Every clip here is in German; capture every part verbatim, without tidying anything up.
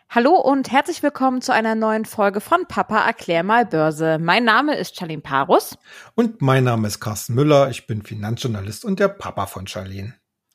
Hallo und herzlich willkommen zu einer neuen Folge von Papa erklär mal Börse. Mein Name ist Charlene Parus. Und mein Name ist Carsten Müller. Ich bin Finanzjournalist und der Papa von Charlene.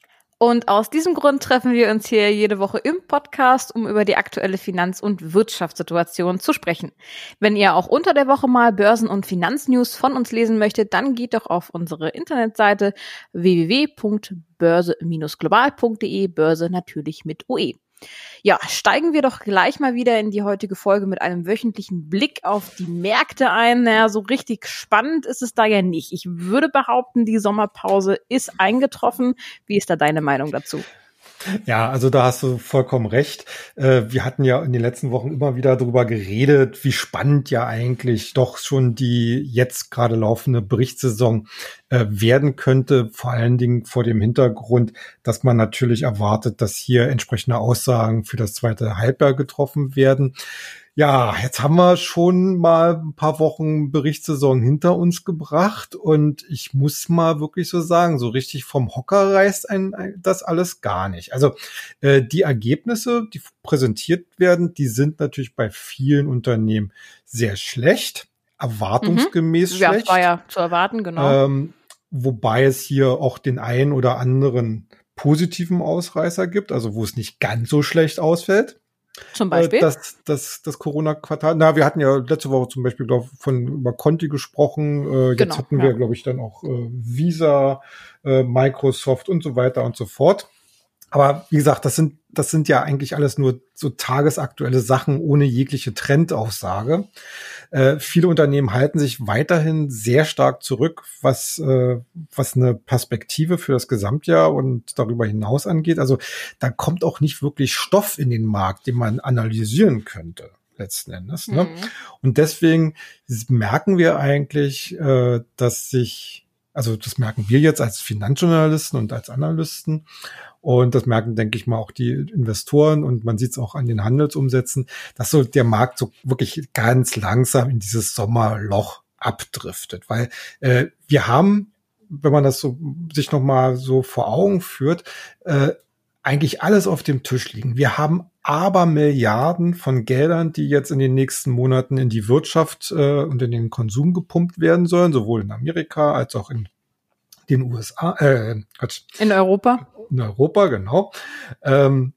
Und aus diesem Grund treffen wir uns hier jede Woche im Podcast, um über die aktuelle Finanz- und Wirtschaftssituation zu sprechen. Wenn ihr auch unter der Woche mal Börsen- und Finanznews von uns lesen möchtet, dann geht doch auf unsere Internetseite w w w punkt börse Bindestrich global punkt de, Börse natürlich mit O E. Ja, steigen wir doch gleich mal wieder in die heutige Folge mit einem wöchentlichen Blick auf die Märkte ein. Naja, so richtig spannend ist es da ja nicht. Ich würde behaupten, die Sommerpause ist eingetroffen. Wie ist da deine Meinung dazu? Ja, also da hast du vollkommen recht. Wir hatten ja in den letzten Wochen immer wieder darüber geredet, wie spannend ja eigentlich doch schon die jetzt gerade laufende Berichtssaison werden könnte. Vor allen Dingen vor dem Hintergrund, dass man natürlich erwartet, dass hier entsprechende Aussagen für das zweite Halbjahr getroffen werden. Ja, jetzt haben wir schon mal ein paar Wochen Berichtssaison hinter uns gebracht und ich muss mal wirklich so sagen, so richtig vom Hocker reißt ein, ein das alles gar nicht. Also äh, die Ergebnisse, die präsentiert werden, die sind natürlich bei vielen Unternehmen sehr schlecht, erwartungsgemäß mhm. schlecht. Ja, war ja zu erwarten, genau. Ähm, wobei es hier auch den einen oder anderen positiven Ausreißer gibt, also wo es nicht ganz so schlecht ausfällt. Zum Beispiel? Das, das, das Corona-Quartal. Na, wir hatten ja letzte Woche zum Beispiel glaub, von über Conti gesprochen. Äh, jetzt genau, hatten ja. wir, glaube ich, dann auch äh, Visa, äh, Microsoft und so weiter und so fort. Aber wie gesagt, das sind, das sind ja eigentlich alles nur so tagesaktuelle Sachen ohne jegliche Trendaussage. Äh, viele Unternehmen halten sich weiterhin sehr stark zurück, was, äh, was eine Perspektive für das Gesamtjahr und darüber hinaus angeht. Also da kommt auch nicht wirklich Stoff in den Markt, den man analysieren könnte, letzten Endes. Ne? Mhm. Und deswegen merken wir eigentlich, äh, dass sich, also das merken wir jetzt als Finanzjournalisten und als Analysten, und das merken, denke ich mal, auch die Investoren und man sieht es auch an den Handelsumsätzen, dass so der Markt so wirklich ganz langsam in dieses Sommerloch abdriftet. Weil äh, wir haben, wenn man das so sich nochmal so vor Augen führt, äh, eigentlich alles auf dem Tisch liegen. Wir haben aber Milliarden von Geldern, die jetzt in den nächsten Monaten in die Wirtschaft äh, und in den Konsum gepumpt werden sollen, sowohl in Amerika als auch in den U S A. Äh, in Europa. In Europa, genau. Ähm,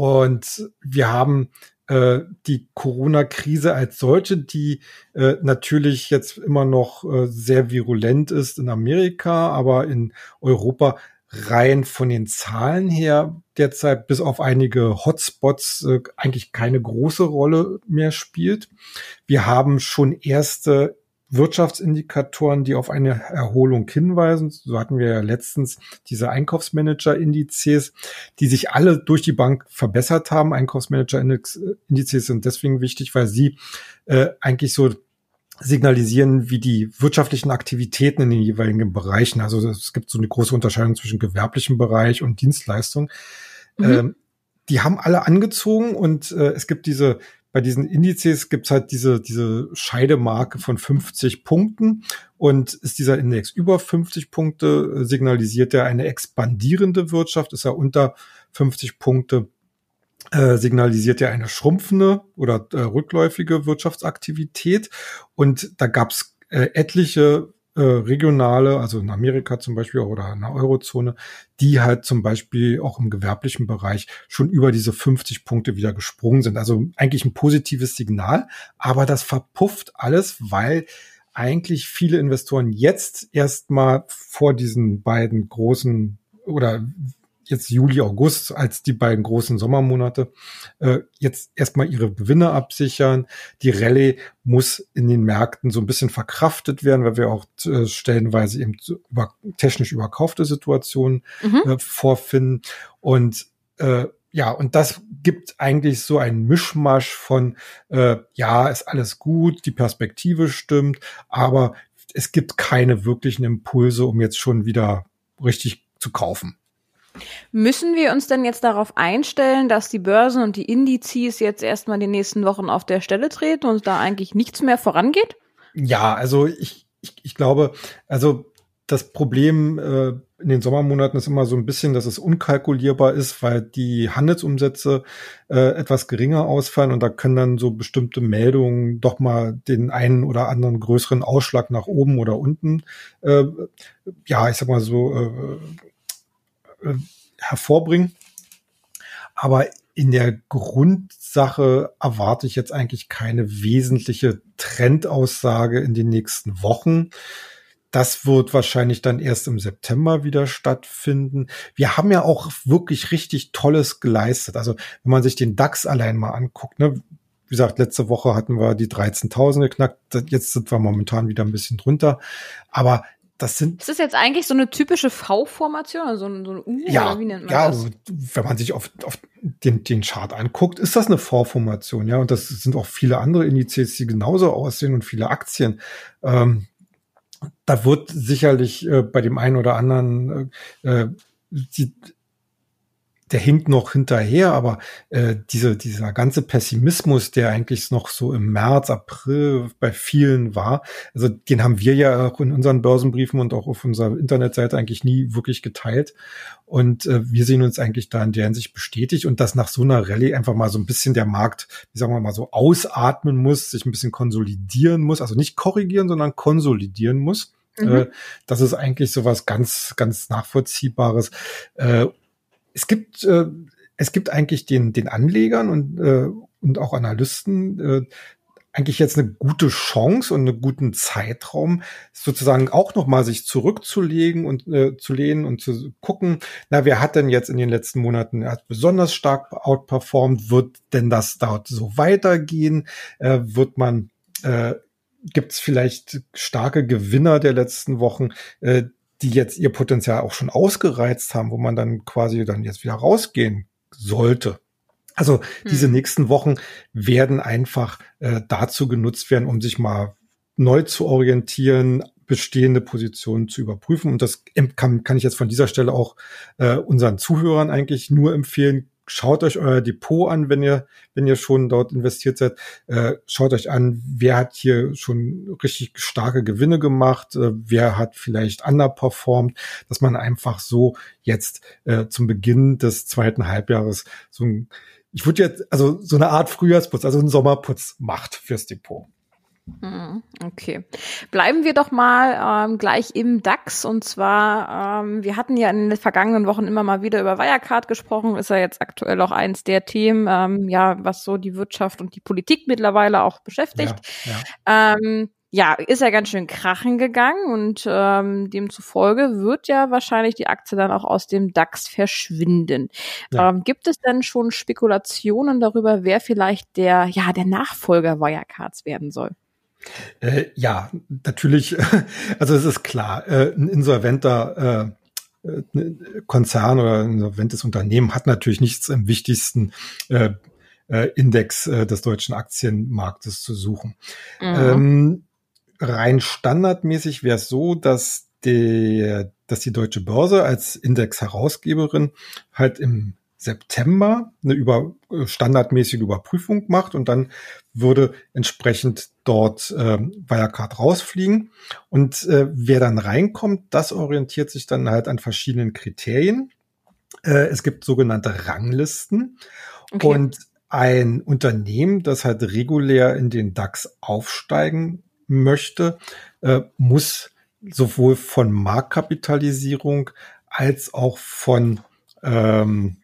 und wir haben äh, die Corona-Krise als solche, die äh, natürlich jetzt immer noch äh, sehr virulent ist in Amerika, aber in Europa rein von den Zahlen her derzeit bis auf einige Hotspots äh, eigentlich keine große Rolle mehr spielt. Wir haben schon erste Wirtschaftsindikatoren, die auf eine Erholung hinweisen. So hatten wir ja letztens diese Einkaufsmanager-Indizes, die sich alle durch die Bank verbessert haben. Einkaufsmanager-Indizes sind deswegen wichtig, weil sie äh, eigentlich so signalisieren, wie die wirtschaftlichen Aktivitäten in den jeweiligen Bereichen, also es gibt so eine große Unterscheidung zwischen gewerblichem Bereich und Dienstleistung. Mhm. Ähm, die haben alle angezogen und äh, es gibt diese Bei diesen Indizes gibt's halt diese, diese Scheidemarke von fünfzig Punkten. Und ist dieser Index über fünfzig Punkte, signalisiert er eine expandierende Wirtschaft. Ist er unter fünfzig Punkte, äh, signalisiert er eine schrumpfende oder äh, rückläufige Wirtschaftsaktivität. Und da gab's äh, etliche äh, regionale, also in Amerika zum Beispiel oder in der Eurozone, die halt zum Beispiel auch im gewerblichen Bereich schon über diese fünfzig Punkte wieder gesprungen sind. Also eigentlich ein positives Signal, aber das verpufft alles, weil eigentlich viele Investoren jetzt erstmal vor diesen beiden großen oder jetzt Juli, August als die beiden großen Sommermonate äh, jetzt erstmal ihre Gewinne absichern. Die Rallye muss in den Märkten so ein bisschen verkraftet werden, weil wir auch äh, stellenweise eben über, technisch überkaufte Situationen mhm. äh, vorfinden. Und äh, ja, und das gibt eigentlich so einen Mischmasch von, äh, ja, ist alles gut, die Perspektive stimmt, aber es gibt keine wirklichen Impulse, um jetzt schon wieder richtig zu kaufen. Müssen wir uns denn jetzt darauf einstellen, dass die Börsen und die Indizes jetzt erstmal die nächsten Wochen auf der Stelle treten und da eigentlich nichts mehr vorangeht? Ja, also ich, ich, ich glaube, also das Problem äh, in den Sommermonaten ist immer so ein bisschen, dass es unkalkulierbar ist, weil die Handelsumsätze äh, etwas geringer ausfallen und da können dann so bestimmte Meldungen doch mal den einen oder anderen größeren Ausschlag nach oben oder unten, äh, ja, ich sag mal so, äh, äh, hervorbringen. Aber in der Grundsache erwarte ich jetzt eigentlich keine wesentliche Trendaussage in den nächsten Wochen. Das wird wahrscheinlich dann erst im September wieder stattfinden. Wir haben ja auch wirklich richtig Tolles geleistet. Also wenn man sich den DAX allein mal anguckt, ne, wie gesagt, letzte Woche hatten wir die dreizehntausend geknackt. Jetzt sind wir momentan wieder ein bisschen drunter. Aber das sind. Ist das jetzt eigentlich so eine typische V-Formation, also so ein, so ein U, ja, oder wie nennt man ja, das? Also, wenn man sich auf, auf den, den Chart anguckt, ist das eine V-Formation, ja. Und das sind auch viele andere Indizes, die genauso aussehen und viele Aktien. Ähm, Da wird sicherlich äh, bei dem einen oder anderen, äh, die, der hinkt noch hinterher, aber äh, diese, dieser ganze Pessimismus, der eigentlich noch so im März, April bei vielen war, also den haben wir ja auch in unseren Börsenbriefen und auch auf unserer Internetseite eigentlich nie wirklich geteilt. Und äh, wir sehen uns eigentlich da in der Hinsicht bestätigt und dass nach so einer Rallye einfach mal so ein bisschen der Markt, wie sagen wir mal, so ausatmen muss, sich ein bisschen konsolidieren muss, also nicht korrigieren, sondern konsolidieren muss. Mhm. Äh, das ist eigentlich so was ganz, ganz Nachvollziehbares. Äh, es gibt, äh, es gibt eigentlich den, den Anlegern und, äh, und auch Analysten, äh, eigentlich jetzt eine gute Chance und einen guten Zeitraum, sozusagen auch nochmal sich zurückzulegen und äh, zu lehnen und zu gucken, na, wer hat denn jetzt in den letzten Monaten er hat besonders stark outperformt? Wird denn das dort so weitergehen? Äh, wird man, äh, gibt es vielleicht starke Gewinner der letzten Wochen, äh, die jetzt ihr Potenzial auch schon ausgereizt haben, wo man dann quasi dann jetzt wieder rausgehen sollte? Also diese hm. nächsten Wochen werden einfach äh, dazu genutzt werden, um sich mal neu zu orientieren, bestehende Positionen zu überprüfen. Und das kann, kann ich jetzt von dieser Stelle auch äh, unseren Zuhörern eigentlich nur empfehlen. Schaut euch euer Depot an, wenn ihr wenn ihr schon dort investiert seid. Äh, schaut euch an, wer hat hier schon richtig starke Gewinne gemacht, äh, wer hat vielleicht underperformed, dass man einfach so jetzt äh, zum Beginn des zweiten Halbjahres so ein Ich würde jetzt, also so eine Art Frühjahrsputz, also einen Sommerputz macht fürs Depot. Okay. Bleiben wir doch mal ähm, gleich im DAX. Und zwar, ähm, wir hatten ja in den vergangenen Wochen immer mal wieder über Wirecard gesprochen. Ist ja jetzt aktuell auch eins der Themen, ähm, ja, was so die Wirtschaft und die Politik mittlerweile auch beschäftigt. Ja, ja. Ähm, Ja, ist ja ganz schön krachen gegangen und ähm, demzufolge wird ja wahrscheinlich die Aktie dann auch aus dem DAX verschwinden. Ja. Ähm, gibt es denn schon Spekulationen darüber, wer vielleicht der ja der Nachfolger Wirecards werden soll? Äh, ja, natürlich. Also es ist klar, äh, ein insolventer äh, Konzern oder ein insolventes Unternehmen hat natürlich nichts im wichtigsten äh, äh, Index äh, des deutschen Aktienmarktes zu suchen. Mhm. Ähm, Rein standardmäßig wäre es so, dass die, dass die Deutsche Börse als Indexherausgeberin halt im September eine über, standardmäßige Überprüfung macht und dann würde entsprechend dort äh, Wirecard rausfliegen. Und äh, wer dann reinkommt, das orientiert sich dann halt an verschiedenen Kriterien. Äh, es gibt sogenannte Ranglisten. Okay. Und ein Unternehmen, das halt regulär in den DAX aufsteigen möchte, äh, muss sowohl von Marktkapitalisierung als auch von ähm,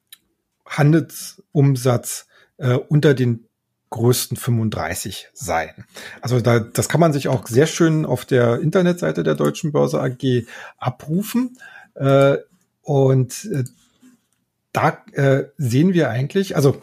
Handelsumsatz äh, unter den größten fünfunddreißig sein. Also da, das kann man sich auch sehr schön auf der Internetseite der Deutschen Börse A G abrufen. Äh, und äh, da äh, sehen wir eigentlich, also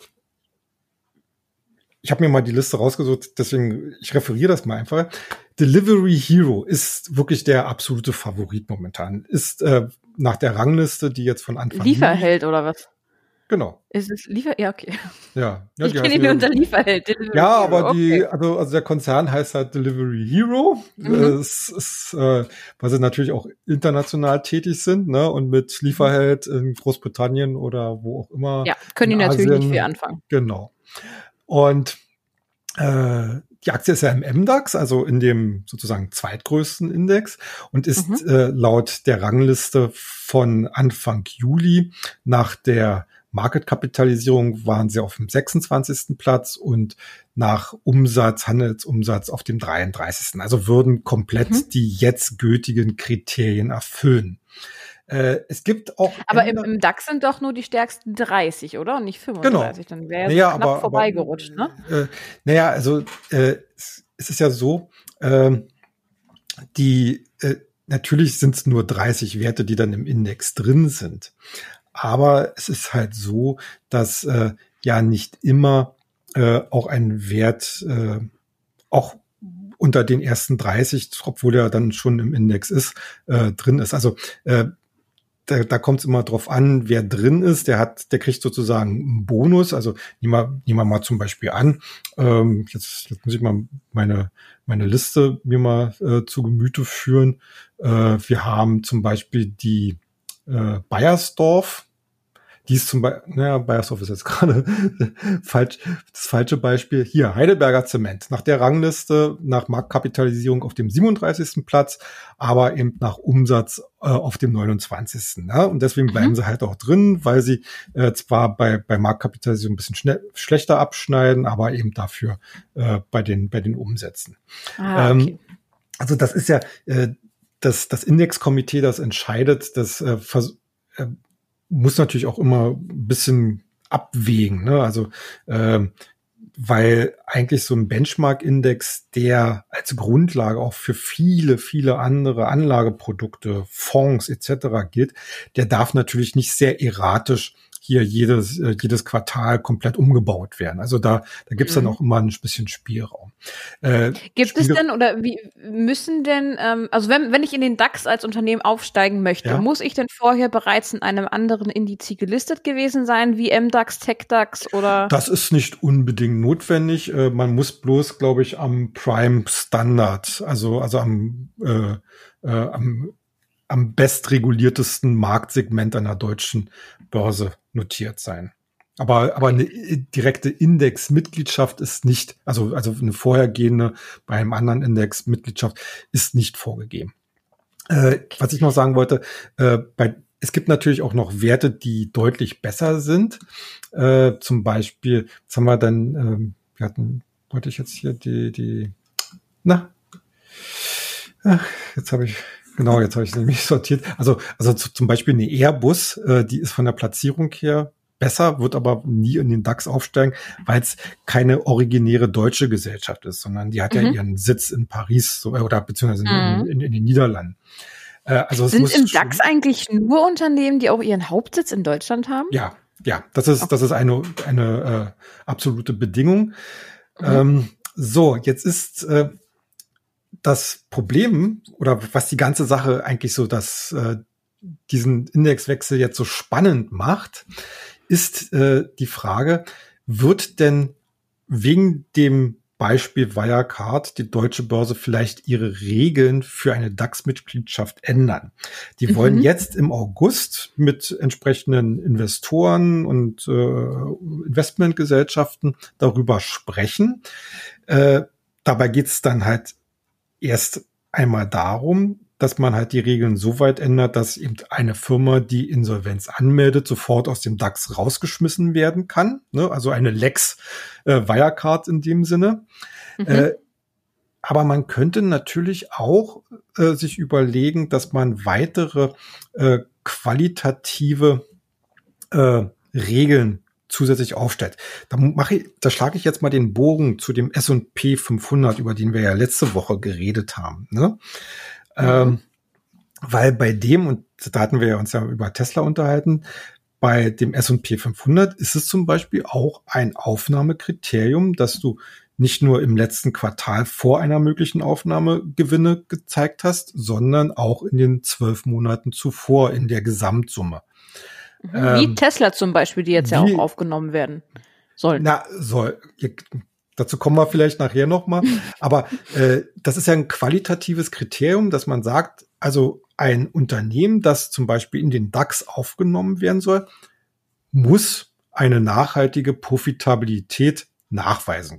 ich habe mir mal die Liste rausgesucht, deswegen, ich referiere das mal einfach. Delivery Hero ist wirklich der absolute Favorit momentan. Ist äh, nach der Rangliste, die jetzt von Anfang an Lieferheld oder was? Genau. Ist es Liefer? Ja, okay. Ja. ja ich kenne ihn nur unter Lieferheld. Delivery ja, Hero. aber die, okay. also, also der Konzern heißt halt Delivery Hero. Mhm. Es ist, äh, weil sie natürlich auch international tätig sind, ne, und mit Lieferheld in Großbritannien oder wo auch immer. Ja, können die natürlich Asien, nicht viel anfangen. Genau. Und äh, die Aktie ist ja im M DAX, also in dem sozusagen zweitgrößten Index und ist Mhm. äh, laut der Rangliste von Anfang Juli nach der Marketkapitalisierung waren sie auf dem sechsundzwanzigsten Platz und nach Umsatz, Handelsumsatz auf dem dreiunddreißigsten Also würden komplett Mhm. die jetzt gültigen Kriterien erfüllen. Äh, es gibt auch Aber im, Änder- im DAX sind doch nur die stärksten dreißig, oder? Und nicht Genau. fünfunddreißig. Dann wäre ja so Naja, knapp aber, vorbeigerutscht, aber, ne? Äh, naja, also äh, es, es ist ja so, ähm, die äh, natürlich sind es nur dreißig Werte, die dann im Index drin sind. Aber es ist halt so, dass äh, ja nicht immer äh, auch ein Wert äh, auch unter den ersten dreißig, obwohl er dann schon im Index ist, äh, drin ist. Also äh, da, da kommt es immer drauf an, wer drin ist. Der hat, der kriegt sozusagen einen Bonus. Also nehmen wir, nehmen wir mal zum Beispiel an. Ähm, jetzt, jetzt muss ich mal meine meine Liste mir mal äh, zu Gemüte führen. Äh, wir haben zum Beispiel die äh, Bayersdorf. Die ist zum Beispiel, naja, Bayersdorf ist jetzt gerade falsch, das falsche Beispiel. Hier, Heidelberger Zement. Nach der Rangliste, nach Marktkapitalisierung auf dem siebenunddreißigsten Platz, aber eben nach Umsatz äh, auf dem neunundzwanzigsten Ne? Und deswegen bleiben Mhm. sie halt auch drin, weil sie äh, zwar bei, bei Marktkapitalisierung ein bisschen schnell, schlechter abschneiden, aber eben dafür äh, bei den, bei den Umsätzen. Ah, Ähm, okay. Also das ist ja äh, das, das Indexkomitee, das entscheidet, das äh, vers- äh, muss natürlich auch immer ein bisschen abwägen, ne? Also ähm, weil eigentlich so ein Benchmark-Index, der als Grundlage auch für viele, viele andere Anlageprodukte, Fonds et cetera gilt, der darf natürlich nicht sehr erratisch hier jedes, äh, jedes Quartal komplett umgebaut werden. Also da, da gibt's dann Mhm. auch immer ein bisschen Spielraum. Äh, Gibt es Spiele- denn oder wie müssen denn, ähm, also wenn, wenn ich in den DAX als Unternehmen aufsteigen möchte, Ja. muss ich denn vorher bereits in einem anderen Indiz gelistet gewesen sein, wie M DAX, TechDAX oder? Das ist nicht unbedingt notwendig. Äh, man muss bloß, glaube ich, am Prime Standard, also also am äh, äh, am, am bestreguliertesten Marktsegment einer deutschen Börse notiert sein. Aber aber eine direkte Indexmitgliedschaft ist nicht, also also eine vorhergehende bei einem anderen Index Mitgliedschaft ist nicht vorgegeben. Äh, was ich noch sagen wollte, äh, bei, es gibt natürlich auch noch Werte, die deutlich besser sind. Äh, zum Beispiel, was haben wir dann, ähm, wir hatten, wollte ich jetzt hier die, die, na, ach, jetzt habe ich, genau, jetzt habe ich es nämlich sortiert. Also, also zu, zum Beispiel eine Airbus, äh, die ist von der Platzierung her besser, wird aber nie in den DAX aufsteigen, weil es keine originäre deutsche Gesellschaft ist, sondern die hat Mhm. ja ihren Sitz in Paris so, oder beziehungsweise Mhm. in, in, in den Niederlanden. Äh, also es Sind muss im schon- DAX eigentlich nur Unternehmen, die auch ihren Hauptsitz in Deutschland haben? Ja, ja, das ist, das ist eine, eine äh, absolute Bedingung. Mhm. Ähm, so, jetzt ist äh, das Problem oder was die ganze Sache eigentlich so, dass äh, diesen Indexwechsel jetzt so spannend macht, ist äh, die Frage, wird denn wegen dem Beispiel Wirecard die deutsche Börse vielleicht ihre Regeln für eine DAX-Mitgliedschaft ändern? Die wollen Mhm. jetzt im August mit entsprechenden Investoren und äh, Investmentgesellschaften darüber sprechen. Äh, dabei geht es dann halt erst einmal darum, dass man halt die Regeln so weit ändert, dass eben eine Firma, die Insolvenz anmeldet, sofort aus dem DAX rausgeschmissen werden kann. Ne? Also eine Lex äh, Wirecard in dem Sinne. Mhm. Äh, aber man könnte natürlich auch äh, sich überlegen, dass man weitere äh, qualitative äh, Regeln zusätzlich aufstellt. Da mache ich, da schlage ich jetzt mal den Bogen zu dem S und P fünfhundert, über den wir ja letzte Woche geredet haben. Ne? Mhm. Ähm, weil bei dem, und da hatten wir uns ja über Tesla unterhalten, bei dem S und P fünfhundert ist es zum Beispiel auch ein Aufnahmekriterium, dass du nicht nur im letzten Quartal vor einer möglichen Aufnahme Gewinne gezeigt hast, sondern auch in den zwölf Monaten zuvor in der Gesamtsumme. Mhm. Wie ähm, Tesla zum Beispiel, die jetzt ja wie- auch aufgenommen werden sollen. Na, soll. Dazu kommen wir vielleicht nachher nochmal. Aber äh, das ist ja ein qualitatives Kriterium, dass man sagt, also ein Unternehmen, das zum Beispiel in den DAX aufgenommen werden soll, muss eine nachhaltige Profitabilität nachweisen können.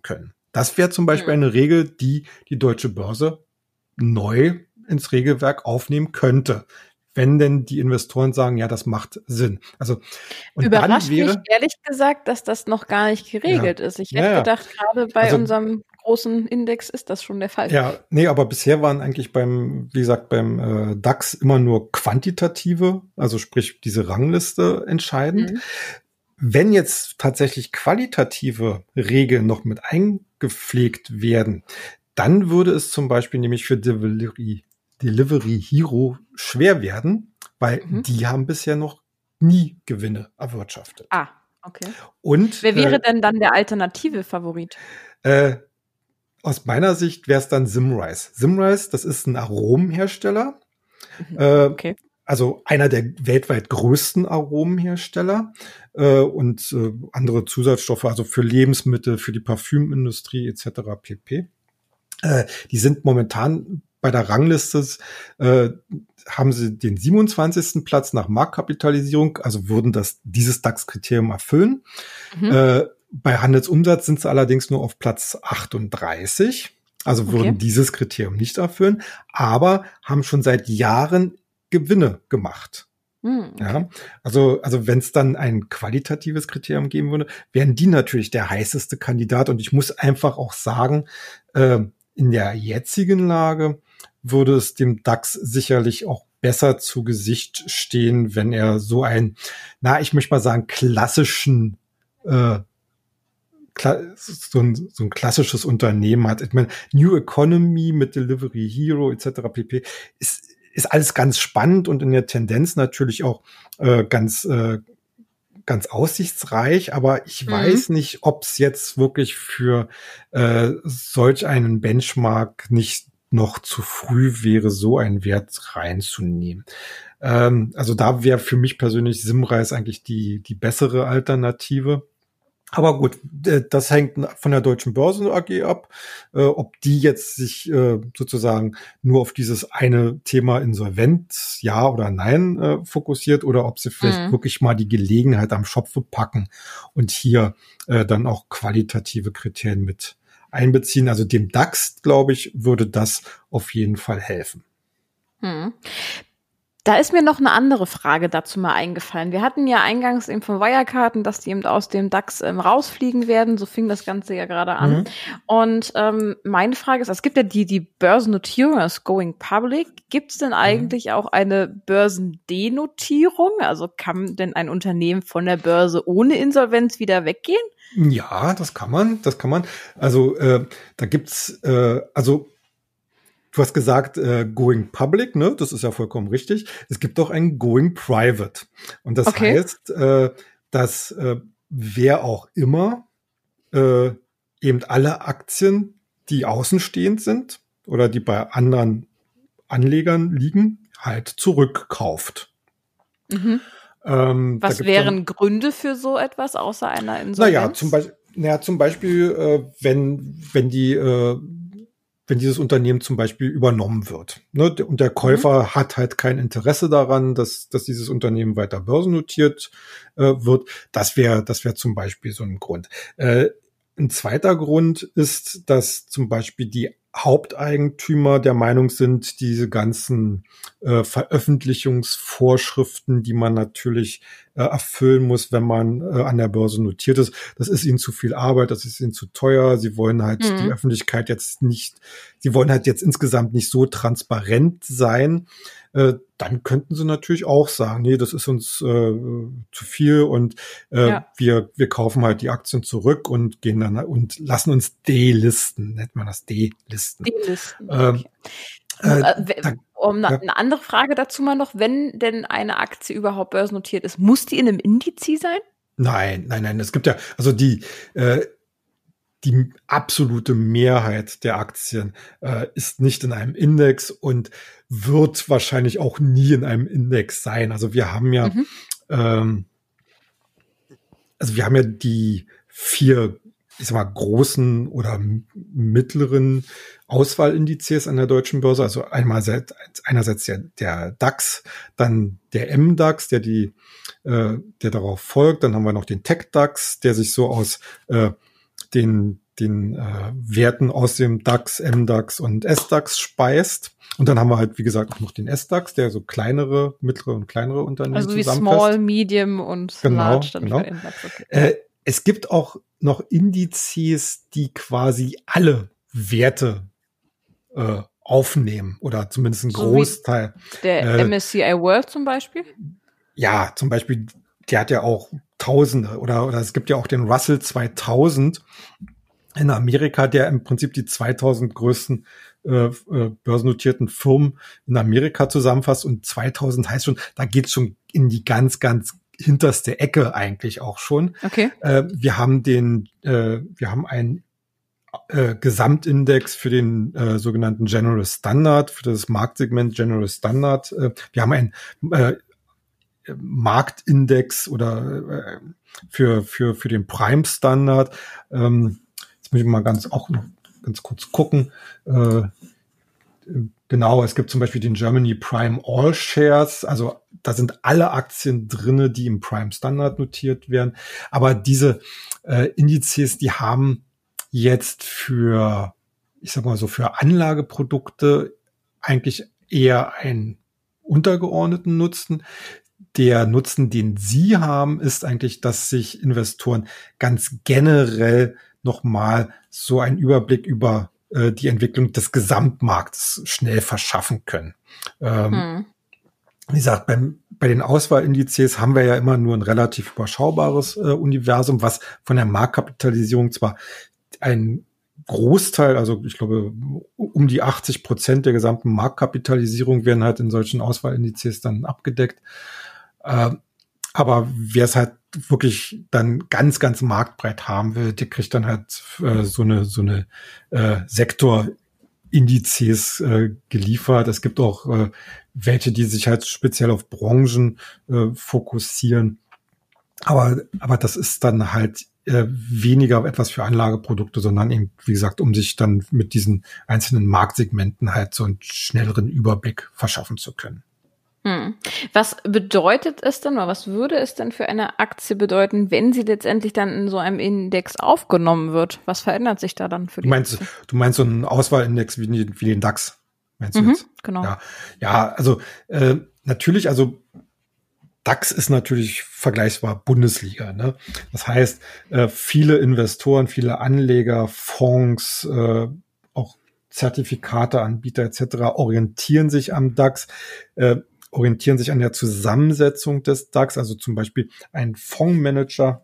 Das wäre zum Beispiel Hm. eine Regel, die die Deutsche Börse neu ins Regelwerk aufnehmen könnte, wenn denn die Investoren sagen, ja, das macht Sinn. Also und Überrascht dann mich wäre ehrlich gesagt, dass das noch gar nicht geregelt ja, ist. Ich ja, hätte ja. gedacht, gerade bei Also unserem großen Index ist das schon der Fall. ja, nee, aber bisher waren eigentlich beim, wie gesagt, beim äh, DAX immer nur quantitative, also sprich diese Rangliste entscheidend. Mhm. Wenn jetzt tatsächlich qualitative Regeln noch mit eingepflegt werden, dann würde es zum Beispiel nämlich für Delivery, Delivery Hero schwer werden, weil Mhm. die haben bisher noch nie Gewinne erwirtschaftet. Ah, okay. Und Wer wäre äh, denn dann der alternative Favorit? äh, aus meiner Sicht wäre es dann Symrise. Symrise, das ist ein Aromenhersteller. Mhm. Äh, Okay. Also einer der weltweit größten Aromenhersteller äh, und äh, andere Zusatzstoffe, also für Lebensmittel, für die Parfümindustrie et cetera pp. Äh, die sind momentan bei der Rangliste, äh, haben sie den siebenundzwanzigsten Platz nach Marktkapitalisierung, also würden das dieses DAX-Kriterium erfüllen. Mhm. Äh, bei Handelsumsatz sind sie allerdings nur auf Platz achtunddreißig, also würden Okay. dieses Kriterium nicht erfüllen, aber haben schon seit Jahren Gewinne gemacht. Hm, okay. Ja, also, also wenn es dann ein qualitatives Kriterium geben würde, wären die natürlich der heißeste Kandidat. Und ich muss einfach auch sagen, äh, in der jetzigen Lage würde es dem DAX sicherlich auch besser zu Gesicht stehen, wenn er so ein, na, ich möchte mal sagen, klassischen äh, kla- so ein, so ein klassisches Unternehmen hat. Ich meine, New Economy mit Delivery Hero et cetera pp. ist ist alles ganz spannend und in der Tendenz natürlich auch äh, ganz äh, ganz aussichtsreich, aber ich Mhm. weiß nicht, ob es jetzt wirklich für äh, solch einen Benchmark nicht noch zu früh wäre, so einen Wert reinzunehmen. Ähm, also da wäre für mich persönlich Symrise eigentlich die die bessere Alternative. Aber gut, äh, das hängt von der Deutschen Börse A G ab, äh, ob die jetzt sich äh, sozusagen nur auf dieses eine Thema Insolvenz, ja oder nein, äh, fokussiert oder ob sie vielleicht Mhm. wirklich mal die Gelegenheit am Schopfe packen und hier äh, dann auch qualitative Kriterien mit einbeziehen. Also dem DAX, glaube ich, würde das auf jeden Fall helfen. Hm. Da ist mir noch eine andere Frage dazu mal eingefallen. Wir hatten ja eingangs eben von Wirecard, dass die eben aus dem DAX ähm, rausfliegen werden. So fing das Ganze ja gerade an. Mhm. Und ähm, meine Frage ist, es gibt ja die, die Börsennotierung, das Going Public. Gibt es denn eigentlich auch eine Börsendenotierung? Also kann denn ein Unternehmen von der Börse ohne Insolvenz wieder weggehen? Ja, das kann man, das kann man. Also äh, da gibt's, äh, also du hast gesagt, äh, Going Public, ne? Das ist ja vollkommen richtig. Es gibt auch ein Going Private. Und das Okay. heißt, äh, dass äh, wer auch immer äh, eben alle Aktien, die außenstehend sind oder die bei anderen Anlegern liegen, halt zurückkauft. Mhm. Ähm, da Was gibt's dann- wären Gründe für so etwas außer einer Insolvenz? Naja, zum Beispiel, naja, zum Beispiel, äh, wenn, wenn die, äh, wenn dieses Unternehmen zum Beispiel übernommen wird. Ne? Und der Käufer mhm. hat halt kein Interesse daran, dass, dass dieses Unternehmen weiter börsennotiert äh, wird. Das wäre, das wäre zum Beispiel so ein Grund. Äh, ein zweiter Grund ist, dass zum Beispiel die Haupteigentümer der Meinung sind, diese ganzen äh, Veröffentlichungsvorschriften, die man natürlich äh, erfüllen muss, wenn man äh, an der Börse notiert ist, das ist ihnen zu viel Arbeit, das ist ihnen zu teuer. Sie wollen halt mhm. die Öffentlichkeit jetzt nicht, sie wollen halt jetzt insgesamt nicht so transparent sein. Äh, dann könnten sie natürlich auch sagen, nee, das ist uns äh, zu viel und äh, ja. wir wir kaufen halt die Aktien zurück und gehen dann und lassen uns delisten, nennt man das delisten. Delisten. Ähm, okay. äh, da, um na, ja. eine andere Frage dazu mal noch, wenn denn eine Aktie überhaupt börsennotiert ist, muss die in einem Indiz sein? Nein, nein, nein. Es gibt ja also die äh, die absolute Mehrheit der Aktien äh, ist nicht in einem Index und wird wahrscheinlich auch nie in einem Index sein. Also wir haben ja, mhm. ähm, also wir haben ja die vier, ich sag mal, großen oder mittleren Auswahlindizes an der deutschen Börse. Also einmal einerseits der, der DAX, dann der M DAX, der die, äh, der darauf folgt. Dann haben wir noch den Tech DAX, der sich so aus äh, den den äh, Werten aus dem DAX, MDAX und SDAX speist. Und dann haben wir halt, wie gesagt, auch noch den SDAX, der so kleinere, mittlere und kleinere Unternehmen Also wie zusammenfasst. Small, Medium und Genau, Large dann genau. für Index. Okay. Äh, es gibt auch noch Indizes, die quasi alle Werte äh, aufnehmen oder zumindest einen So Großteil. Der äh, M S C I World zum Beispiel? Ja, zum Beispiel, der hat ja auch Tausende oder, oder es gibt ja auch den Russell zweitausend in Amerika, der im Prinzip die zweitausend größten äh, äh, börsennotierten Firmen in Amerika zusammenfasst, und zweitausend heißt schon, da geht's schon in die ganz, ganz hinterste Ecke eigentlich auch schon. Okay. Äh, wir haben den, äh, wir haben einen äh, Gesamtindex für den äh, sogenannten General Standard, für das Marktsegment General Standard. Äh, wir haben einen äh, Marktindex oder äh, für für für den Prime Standard. Ähm, jetzt muss ich mal ganz auch noch ganz kurz gucken. Äh, genau, es gibt zum Beispiel den Germany Prime All Shares. Also da sind alle Aktien drinne, die im Prime Standard notiert werden. Aber diese äh, Indizes, die haben jetzt für, ich sag mal so, für Anlageprodukte eigentlich eher einen untergeordneten Nutzen. Der Nutzen, den Sie haben, ist eigentlich, dass sich Investoren ganz generell nochmal so einen Überblick über äh, die Entwicklung des Gesamtmarktes schnell verschaffen können. Ähm, hm. Wie gesagt, beim, bei den Auswahlindizes haben wir ja immer nur ein relativ überschaubares äh, Universum, was von der Marktkapitalisierung zwar ein Großteil, also ich glaube um die achtzig Prozent der gesamten Marktkapitalisierung werden halt in solchen Auswahlindizes dann abgedeckt. Äh, aber wer es halt wirklich dann ganz, ganz marktbreit haben will, der kriegt dann halt äh, so eine so eine äh, Sektorindizes äh, geliefert. Es gibt auch äh, welche, die sich halt speziell auf Branchen äh, fokussieren. Aber aber das ist dann halt äh, weniger etwas für Anlageprodukte, sondern eben, wie gesagt, um sich dann mit diesen einzelnen Marktsegmenten halt so einen schnelleren Überblick verschaffen zu können. Hm. Was bedeutet es denn, oder was würde es denn für eine Aktie bedeuten, wenn sie letztendlich dann in so einem Index aufgenommen wird? Was verändert sich da dann für die Du meinst, Aktie? du meinst so einen Auswahlindex wie, wie den DAX? Meinst du mhm, jetzt? Genau. Ja, ja, also äh, natürlich, also DAX ist natürlich vergleichbar Bundesliga. Ne? Das heißt, äh, viele Investoren, viele Anleger, Fonds, äh, auch Zertifikateanbieter et cetera orientieren sich am DAX, äh, orientieren sich an der Zusammensetzung des DAX. Also zum Beispiel ein Fondsmanager,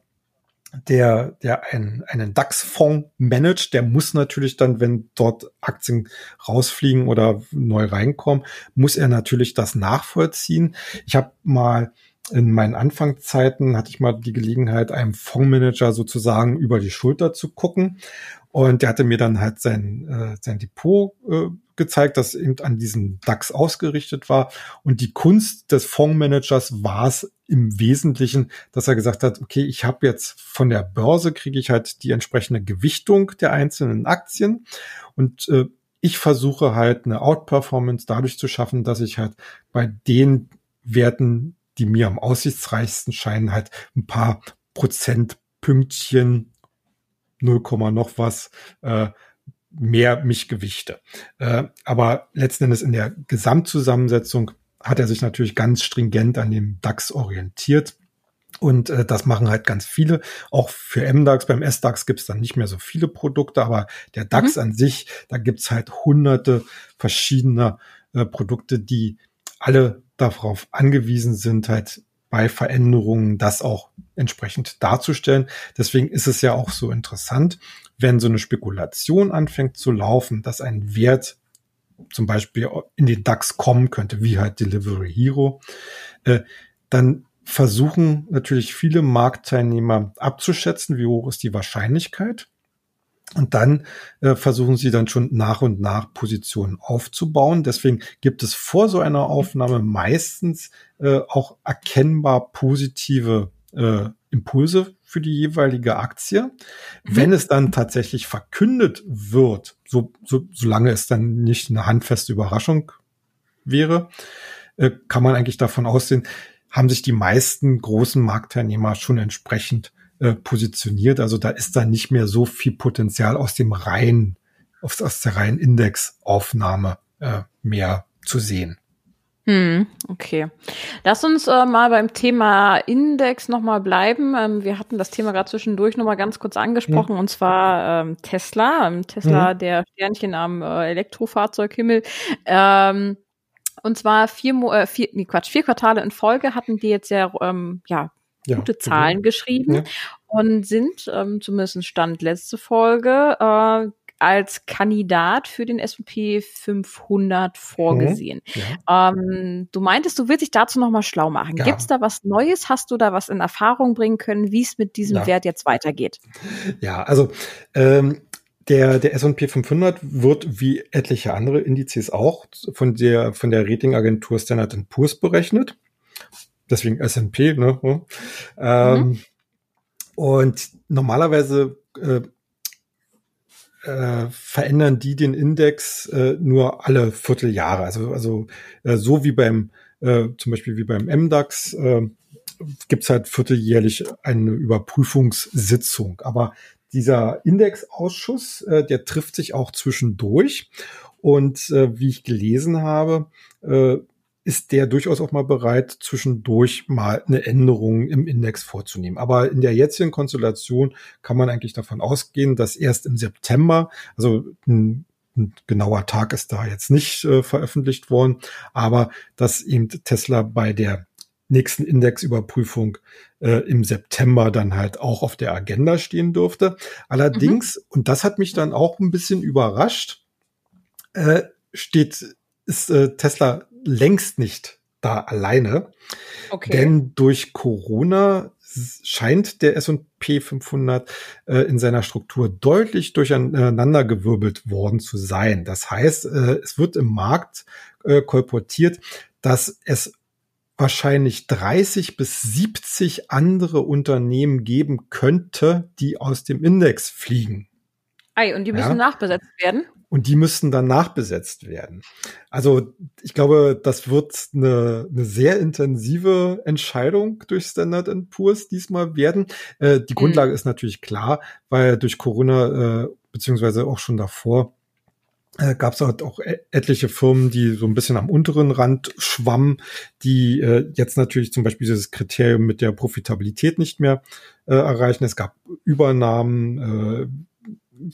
der der einen, einen DAX-Fonds managt, der muss natürlich dann, wenn dort Aktien rausfliegen oder neu reinkommen, muss er natürlich das nachvollziehen. Ich habe mal in meinen Anfangszeiten hatte ich mal die Gelegenheit, einem Fondsmanager sozusagen über die Schulter zu gucken. Und der hatte mir dann halt sein, äh, sein Depot äh, gezeigt, das eben an diesen DAX ausgerichtet war. Und die Kunst des Fondsmanagers war es im Wesentlichen, dass er gesagt hat, okay, ich habe jetzt von der Börse, kriege ich halt die entsprechende Gewichtung der einzelnen Aktien. Und äh, ich versuche halt eine Outperformance dadurch zu schaffen, dass ich halt bei den Werten, die mir am aussichtsreichsten scheinen, halt ein paar Prozentpünktchen, null, noch was, äh, mehr mich gewichte. Äh, aber letzten Endes in der Gesamtzusammensetzung hat er sich natürlich ganz stringent an dem DAX orientiert. Und äh, das machen halt ganz viele. Auch für MDAX, beim SDAX gibt's dann nicht mehr so viele Produkte, aber der DAX mhm. an sich, da gibt's halt hunderte verschiedener äh, Produkte, die alle darauf angewiesen sind, halt bei Veränderungen das auch entsprechend darzustellen. Deswegen ist es ja auch so interessant, wenn so eine Spekulation anfängt zu laufen, dass ein Wert zum Beispiel in den DAX kommen könnte, wie halt Delivery Hero, äh, dann versuchen natürlich viele Marktteilnehmer abzuschätzen, wie hoch ist die Wahrscheinlichkeit. Und dann äh, versuchen sie dann schon nach und nach Positionen aufzubauen. Deswegen gibt es vor so einer Aufnahme meistens äh, auch erkennbar positive äh, Impulse für die jeweilige Aktie. Mhm. Wenn es dann tatsächlich verkündet wird, so, so solange es dann nicht eine handfeste Überraschung wäre, äh, kann man eigentlich davon ausgehen, haben sich die meisten großen Marktteilnehmer schon entsprechend äh, positioniert. Also da ist da nicht mehr so viel Potenzial aus dem reinen, aus, aus der reinen Indexaufnahme äh, mehr zu sehen. Hm, okay. Lass uns äh, mal beim Thema Index nochmal bleiben. Ähm, wir hatten das Thema gerade zwischendurch nochmal ganz kurz angesprochen, hm. und zwar ähm, Tesla. Ähm, Tesla, hm. der Sternchen am äh, Elektrofahrzeughimmel. Ähm, und zwar vier, äh, vier, nee, Quatsch, vier Quartale in Folge hatten die jetzt ja, ähm, ja gute ja, Zahlen genau. geschrieben ja. und sind, ähm, zumindest Stand letzte Folge, äh, als Kandidat für den S und P fünfhundert vorgesehen. Ja. Ähm, du meintest, du willst dich dazu nochmal schlau machen. Ja. Gibt es da was Neues? Hast du da was in Erfahrung bringen können, wie es mit diesem ja. Wert jetzt weitergeht? Ja, also ähm, der, der S und P fünfhundert wird wie etliche andere Indizes auch von der, von der Ratingagentur Standard and Poor's berechnet. Deswegen S und P, ne? Mhm. Ähm, und normalerweise äh, Äh, verändern die den Index äh, nur alle Vierteljahre. Also, also äh, so wie beim, äh, zum Beispiel wie beim M DAX, äh, gibt's halt vierteljährlich eine Überprüfungssitzung. Aber dieser Indexausschuss, äh, der trifft sich auch zwischendurch. Und äh, wie ich gelesen habe, äh, ist der durchaus auch mal bereit, zwischendurch mal eine Änderung im Index vorzunehmen. Aber in der jetzigen Konstellation kann man eigentlich davon ausgehen, dass erst im September, also ein, ein genauer Tag ist da jetzt nicht äh, veröffentlicht worden, aber dass eben Tesla bei der nächsten Indexüberprüfung äh, im September dann halt auch auf der Agenda stehen dürfte. Allerdings, mhm. und das hat mich dann auch ein bisschen überrascht, äh, steht, ist äh, Tesla längst nicht da alleine. Okay. Denn durch Corona scheint der S und P fünfhundert äh, in seiner Struktur deutlich durcheinandergewirbelt worden zu sein. Das heißt, äh, es wird im Markt äh, kolportiert, dass es wahrscheinlich dreißig bis siebzig andere Unternehmen geben könnte, die aus dem Index fliegen. Ei, und die müssen ja nachbesetzt werden? Und die müssten dann nachbesetzt werden. Also ich glaube, das wird eine, eine sehr intensive Entscheidung durch Standard and Poor's diesmal werden. Äh, die Grundlage mhm. ist natürlich klar, weil durch Corona, äh, beziehungsweise auch schon davor, äh, gab es halt auch etliche Firmen, die so ein bisschen am unteren Rand schwammen, die äh, jetzt natürlich zum Beispiel dieses Kriterium mit der Profitabilität nicht mehr äh, erreichen. Es gab Übernahmen, äh,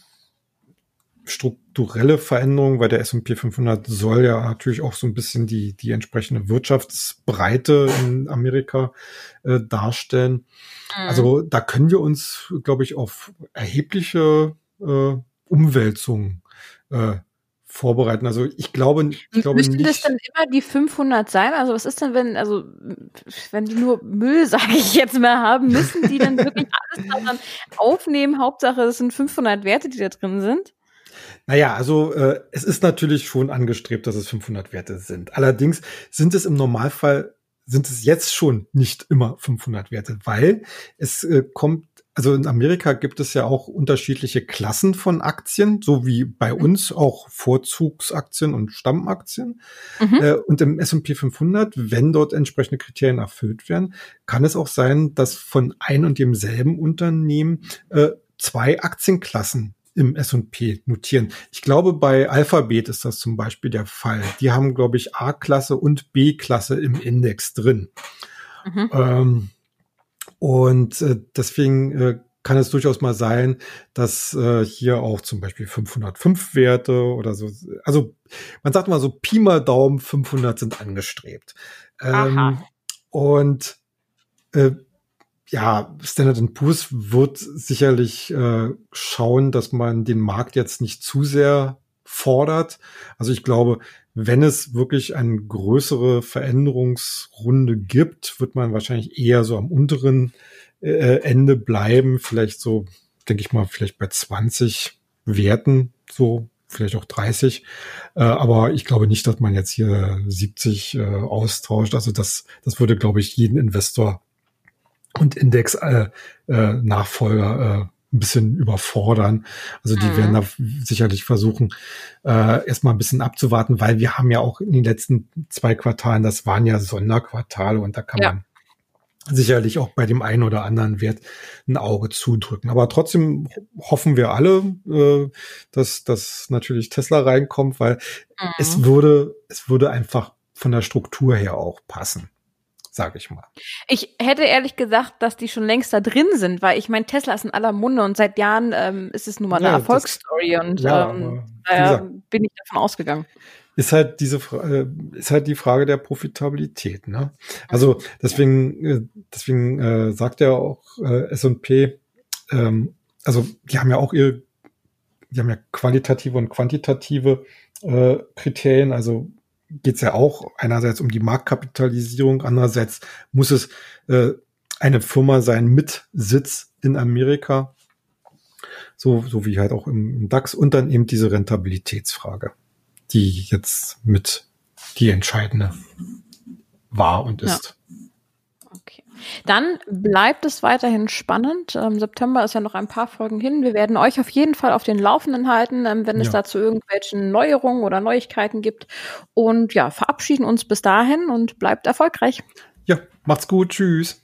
strukturelle Veränderungen, weil der S und P fünfhundert soll ja natürlich auch so ein bisschen die die entsprechende Wirtschaftsbreite in Amerika äh, darstellen. Mhm. Also da können wir uns, glaube ich, auf erhebliche äh, Umwälzungen äh, vorbereiten. Also ich glaube, ich glaube Müssten nicht. das dann immer die fünfhundert sein? Also was ist denn, wenn, also wenn die nur Müll, sage ich jetzt mal, haben, müssen die dann wirklich alles daran aufnehmen? Hauptsache, es sind fünfhundert Werte, die da drin sind? Naja, also äh, es ist natürlich schon angestrebt, dass es fünfhundert Werte sind. Allerdings sind es im Normalfall, sind es jetzt schon nicht immer fünfhundert Werte, weil es äh, kommt, also in Amerika gibt es ja auch unterschiedliche Klassen von Aktien, so wie bei uns auch Vorzugsaktien und Stammaktien. Mhm. Äh, und im S und P fünfhundert, wenn dort entsprechende Kriterien erfüllt werden, kann es auch sein, dass von ein und demselben Unternehmen äh, zwei Aktienklassen im S und P notieren. Ich glaube, bei Alphabet ist das zum Beispiel der Fall. Die haben, glaube ich, A-Klasse und B-Klasse im Index drin. Mhm. Ähm, und äh, deswegen äh, kann es durchaus mal sein, dass äh, hier auch zum Beispiel fünfhundertfünf Werte oder so, also man sagt mal so Pi mal Daumen, fünfhundert sind angestrebt. Ähm, und äh, ja, Standard and Poor's wird sicherlich äh, schauen, dass man den Markt jetzt nicht zu sehr fordert. Also ich glaube, wenn es wirklich eine größere Veränderungsrunde gibt, wird man wahrscheinlich eher so am unteren äh, Ende bleiben. Vielleicht so, denke ich mal, vielleicht bei zwanzig Werten, so vielleicht auch dreißig. Äh, aber ich glaube nicht, dass man jetzt hier siebzig äh, austauscht. Also das, das würde, glaube ich, jeden Investor und Index-Nachfolger äh, äh, ein bisschen überfordern. Also die mhm. werden da sicherlich versuchen, äh, erstmal ein bisschen abzuwarten, weil wir haben ja auch in den letzten zwei Quartalen, das waren ja Sonderquartale und da kann ja. man sicherlich auch bei dem einen oder anderen Wert ein Auge zudrücken. Aber trotzdem hoffen wir alle, äh, dass, dass natürlich Tesla reinkommt, weil mhm. es würde, es würde einfach von der Struktur her auch passen, sage ich mal. Ich hätte ehrlich gesagt, dass die schon längst da drin sind, weil ich meine, Tesla ist in aller Munde und seit Jahren ähm, ist es nun mal eine ja, Erfolgsstory das, und ja, ähm, daher bin ich davon ausgegangen. Ist halt diese äh, ist halt die Frage der Profitabilität, ne? Also deswegen äh, deswegen äh, sagt ja auch äh, S und P, ähm, also die haben ja auch ihre, die haben ja qualitative und quantitative äh, Kriterien. Also geht's ja auch einerseits um die Marktkapitalisierung, andererseits muss es äh, eine Firma sein mit Sitz in Amerika, so so wie halt auch im DAX, und dann eben diese Rentabilitätsfrage, die jetzt mit die entscheidende war und ist. Ja. Okay. Dann bleibt es weiterhin spannend. Im September ist ja noch ein paar Folgen hin. Wir werden euch auf jeden Fall auf den Laufenden halten, wenn es ja. dazu irgendwelchen Neuerungen oder Neuigkeiten gibt. Und ja, verabschieden uns bis dahin und bleibt erfolgreich. Ja, macht's gut. Tschüss.